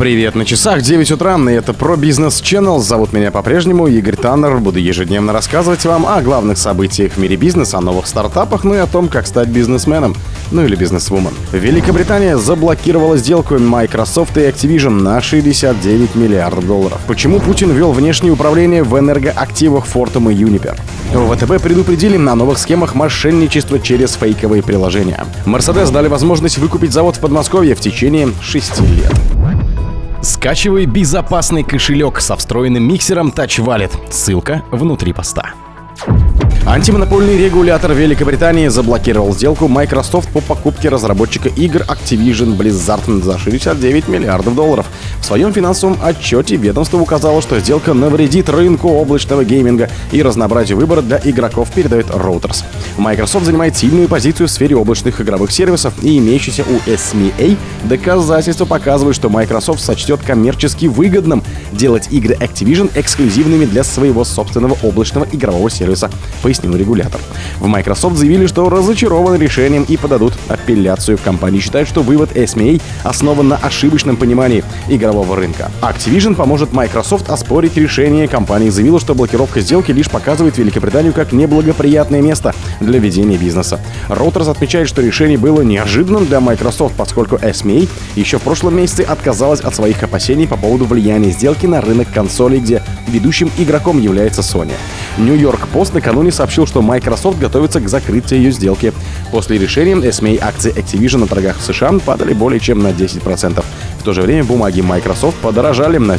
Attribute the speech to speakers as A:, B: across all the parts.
A: Привет, на часах 9 утра, и это про Business Channel. Зовут меня по-прежнему Игорь Таннер. Буду ежедневно рассказывать вам о главных событиях в мире бизнеса, о новых стартапах, ну и о том, как стать бизнесменом, ну или бизнесвумен. Великобритания заблокировала сделку Microsoft и Activision на $69 миллиардов. Почему Путин ввел внешнее управление в энергоактивах Fortum и Uniper? В ВТБ предупредили о новых схемах мошенничества через фейковые приложения. Mercedes дали возможность выкупить завод в Подмосковье в течение 6 лет. Скачивай безопасный кошелек со встроенным миксером Touch Wallet. Ссылка внутри поста. Антимонопольный регулятор Великобритании заблокировал сделку Microsoft по покупке разработчика игр Activision Blizzard за $69 миллиардов. В своем финансовом отчете ведомство указало, что сделка навредит рынку облачного гейминга и разнообразию выбора для игроков, передает Reuters. Microsoft занимает сильную позицию в сфере облачных игровых сервисов, и имеющиеся у SMEA доказательства показывают, что Microsoft сочтет коммерчески выгодным делать игры Activision эксклюзивными для своего собственного облачного игрового сервиса, пояснил регулятор. В Microsoft заявили, что разочарованы решением и подадут апелляцию. В компании считают, что вывод SMEA основан на ошибочном понимании игрового рынка. Activision поможет Microsoft оспорить решение. Компания заявила, что блокировка сделки лишь показывает Великобританию как неблагоприятное место для ведения бизнеса. Reuters отмечает, что решение было неожиданным для Microsoft, поскольку SMEA еще в прошлом месяце отказалась от своих опасений по поводу влияния сделки на рынок консолей, где ведущим игроком является Sony. New York Post накануне сообщил, что Microsoft готовится к закрытию ее сделки. После решения SMEA акции Activision на торгах в США падали более чем на 10%. В то же время бумаги Microsoft подорожали на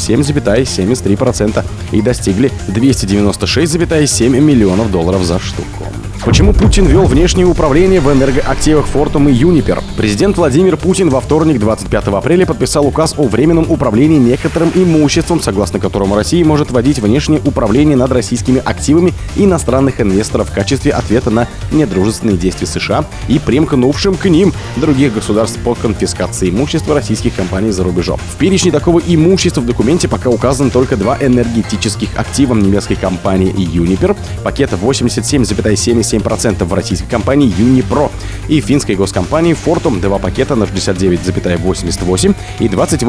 A: 7,73% и достигли $296,7 миллионов за штуку. Почему Путин ввел внешнее управление в энергоактивах Fortum и Uniper? Президент Владимир Путин во вторник, 25 апреля, подписал указ о временном управлении некоторым имуществом, согласно которому Россия может вводить внешнее управление над российскими активами иностранных инвесторов в качестве ответа на недружественные действия США и примкнувшим к ним других государств по конфискации имущества российских компаний за рубежом. В перечне такого имущества в документе пока указаны только два энергетических актива немецкой компании Uniper, пакет 87,77% в российской компании Unipro и финской госкомпании Fortum, два пакета на 69,88% и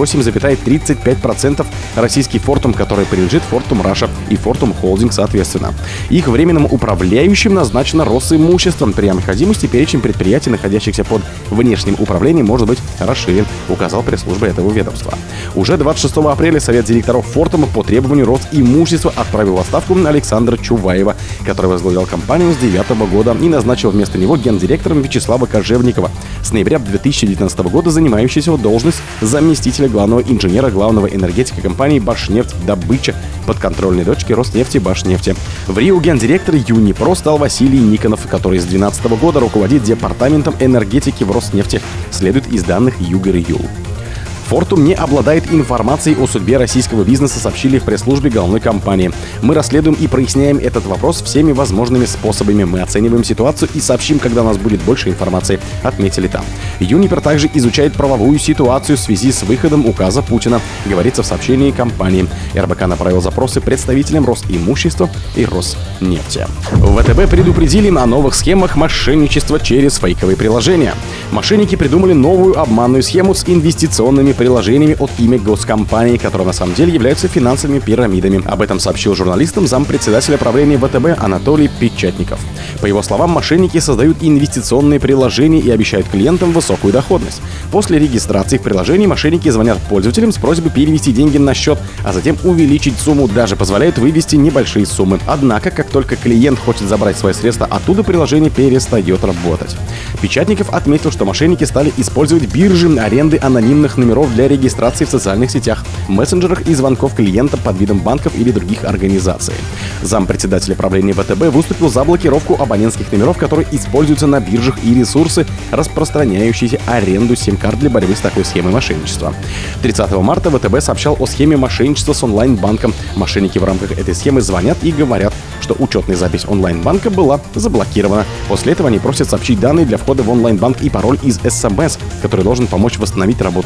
A: 28,35% российский Fortum, который принадлежит Fortum Russia и Fortum Holding соответственно. Их временным управляющим назначено Росимуществом. При необходимости перечень предприятий, находящихся под внешним управлением, может быть расширен, указал пресс-служба этого ведомства. Уже 26 апреля Совет директоров Fortum по требованию Росимущества отправил в отставку Александра Чуваева, который возглавлял компанию с 2009 года и назначил вместо него гендиректором Вячеслава Кожевникова, с ноября 2019 года занимающийся должность заместителя главного инженера главного энергетика компании «Башнефть-Добыча» подконтрольной дочки Роснефти «Башнефти». В Рио гендиректор Юнипро стал Василий Никонов, который с 2012 года руководит департаментом энергетики в Роснефти, следует из данных Югор-Юл. Fortum не обладает информацией о судьбе российского бизнеса, сообщили в пресс-службе головной компании. Мы расследуем и проясняем этот вопрос всеми возможными способами. Мы оцениваем ситуацию и сообщим, когда у нас будет больше информации, отметили там. Uniper также изучает правовую ситуацию в связи с выходом указа Путина, говорится в сообщении компании. РБК направил запросы представителям Росимущества и Роснефти. В ВТБ предупредили о новых схемах мошенничества через фейковые приложения. Мошенники придумали новую обманную схему с инвестиционными приложениями от имя госкомпании, которые на самом деле являются финансовыми пирамидами. Об этом сообщил журналистам зампредседателя правления ВТБ Анатолий Печатников. По его словам, мошенники создают инвестиционные приложения и обещают клиентам высокую доходность. После регистрации в приложении мошенники звонят пользователям с просьбой перевести деньги на счет, а затем увеличить сумму, даже позволяют вывести небольшие суммы. Однако, как только клиент хочет забрать свои средства оттуда, приложение перестает работать. Печатников отметил, что мошенники стали использовать биржи аренды анонимных номеров для регистрации в социальных сетях, мессенджерах и звонков клиентам под видом банков или других организаций. Зампредседателя правления ВТБ выступил за блокировку абонентских номеров, которые используются на биржах, и ресурсы, распространяющиеся аренду сим-карт для борьбы с такой схемой мошенничества. 30 марта ВТБ сообщал о схеме мошенничества с онлайн-банком. Мошенники в рамках этой схемы звонят и говорят, что учетная запись онлайн-банка была заблокирована. После этого они просят сообщить данные для входа в онлайн-банк и пароль из СМС, который должен помочь восстановить работу сервиса.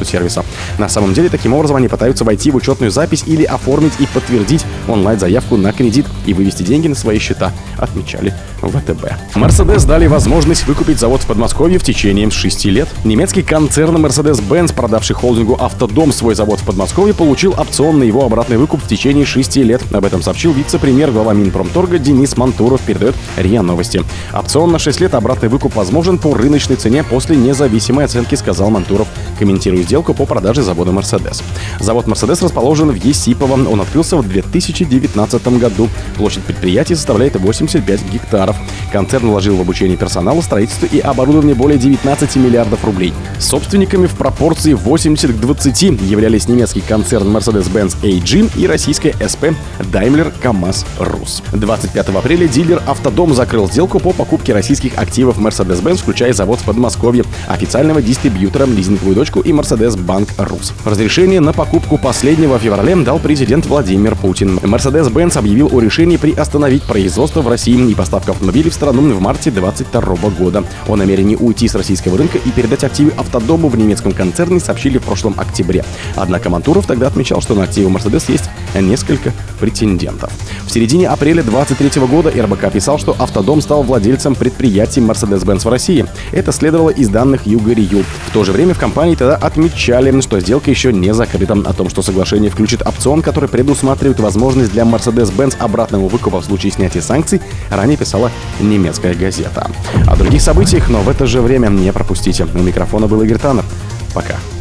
A: На самом деле, таким образом они пытаются войти в учетную запись или оформить и подтвердить онлайн-заявку на кредит и вывести деньги на свои счета, отмечали ВТБ. Mercedes дали возможность выкупить завод в Подмосковье в течение 6 лет. Немецкий концерн Mercedes-Benz, продавший холдингу «Автодом» свой завод в Подмосковье, получил опцион на его обратный выкуп в течение 6 лет. Об этом сообщил вице-премьер, глава Минпромторга Денис Мантуров, передает РИА Новости. Опцион на 6 лет, обратный выкуп возможен по рыночной цене после независимой оценки, сказал Мантуров, комментируя сделку по продаже завода Mercedes. Завод Mercedes расположен в Есипово. Он открылся в 2019 году. Площадь предприятия составляет 85 гектаров. Концерн вложил в обучение персонала, строительство и оборудование более 19 миллиардов рублей. Собственниками в пропорции 80 к 20 являлись немецкий концерн Mercedes-Benz AG и российская СП Daimler KAMAZ Rus. 25 апреля дилер «Автодом» закрыл сделку по покупке российских активов Mercedes-Benz, включая завод в Подмосковье, официального дистрибьютора, лизинговую дочку и Mercedes-Bank Rus. Разрешение на покупку последнего в феврале дал президент Владимир Путин. Mercedes-Benz объявил о решении приостановить производство в России и поставку автомобилей в страну в марте 2022 года. О намерении уйти с российского рынка и передать активы «Автодому» в немецком концерне сообщили в прошлом октябре. Однако Мантуров тогда отмечал, что на активы Mercedes есть несколько претендентов. В середине апреля 2023 года РБК писал, что «Автодом» стал владельцем предприятий Mercedes-Benz в России. Это следовало из данных Юга-Рию. В то же время в компании тогда отмечали, что сделка еще не закрыта. О том, что соглашение включит опцион, который предусматривает возможность для Mercedes-Benz обратного выкупа в случае снятия санкций, ранее писала немецкая газета. О других событиях, но в это же время не пропустите. У микрофона был Игорь Таннер. Пока.